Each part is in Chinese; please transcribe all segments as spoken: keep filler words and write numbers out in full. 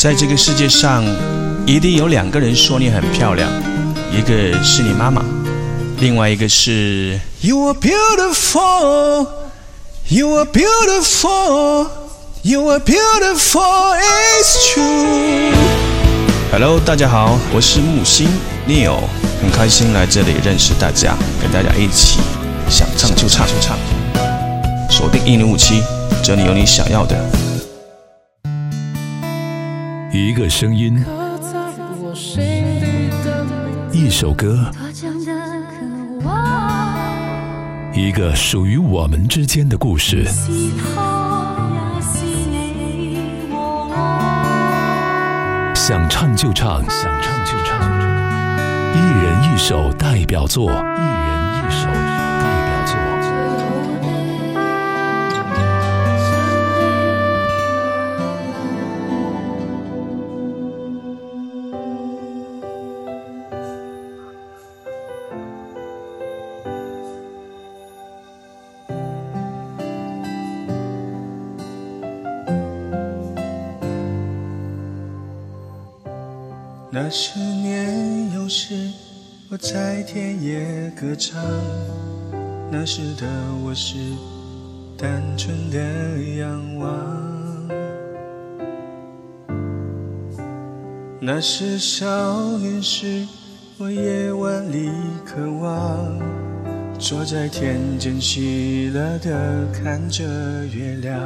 在这个世界上，一定有两个人说你很漂亮，一个是你妈妈，另外一个是 You are beautiful, you are beautiful, you are beautiful, it's true. Hello， 大家好，我是木星 Neo， 很开心来这里认识大家，跟大家一起想唱就唱就唱。锁定一零五七，这里有你想要的。 一个声音，一首歌，一个属于我们之间的故事。想唱就唱，想唱就唱，一人一首代表作，一人一首代表作。 那是年幼时，我在田野歌唱，那时的我是单纯的仰望。那是少年时，我夜晚里渴望，坐在田间喜乐地看着月亮。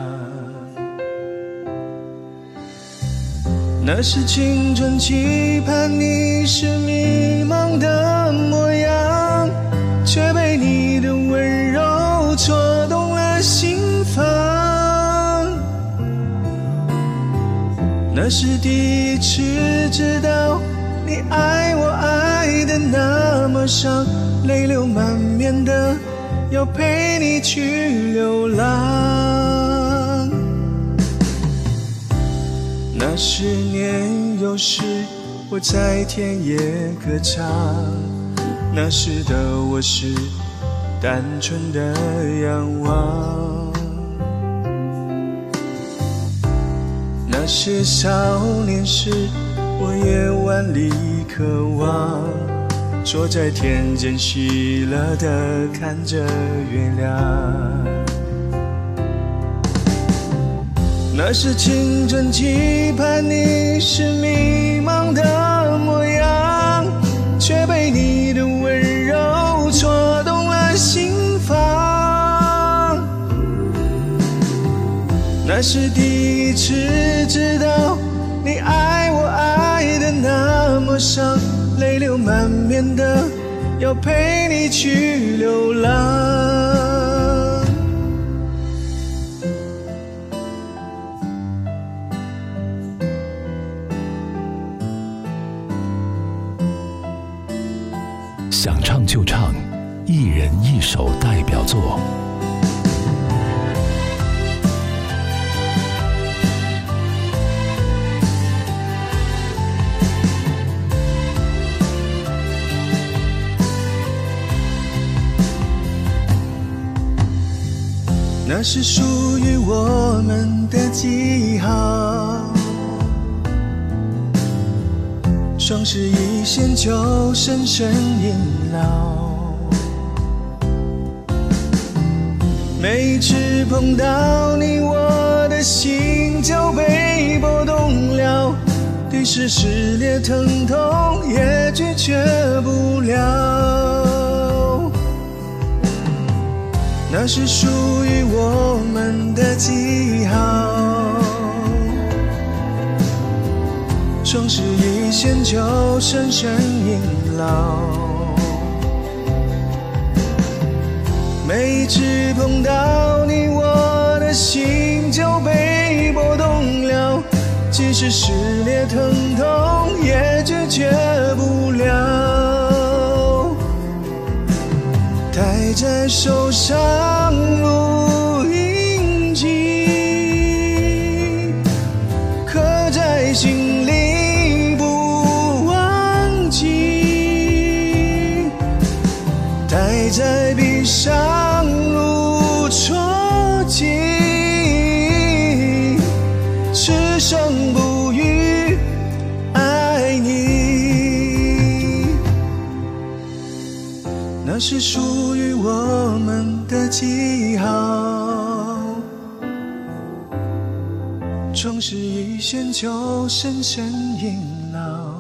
那是青春期盼你是迷茫的模样，却被你的温柔戳动了心房。那是第一次知道你爱我爱得那么伤，泪流满面的要陪你去流浪。那是年幼时，我在田野歌唱，那时的我是单纯的仰望。那是少年时，我夜晚里渴望，坐在田间喜乐地看着月亮。那是青春期盼你是迷茫的模样，却被你的温柔戳动了心房。那是第一次知道你爱我爱得那么伤，泪流满面的要陪你去流浪。 想唱就唱，一人一首代表作。 那是属于我们的记号，双十一线就深深萦绕。每一次碰到你，我的心就被波动了，即使撕裂疼痛也拒绝不了。那是属于我们的记号，双十一线就深深萦绕。每一次碰到你，我的心就被波动了，即使撕裂疼痛也拒绝不了。戴在手上如印记，刻在心里不忘记，戴在臂上如戳记，此生不渝那是属于我们的记号。城市一线就深深萦绕，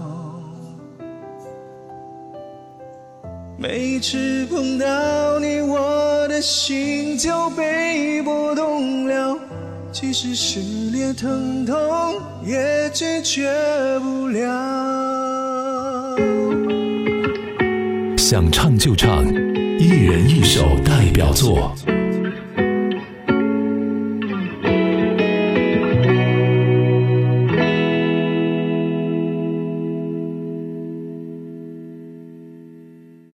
每一次碰到你，我的心就被波动了。即使撕裂疼痛，也拒绝不了。 想唱就唱，一人一首代表作。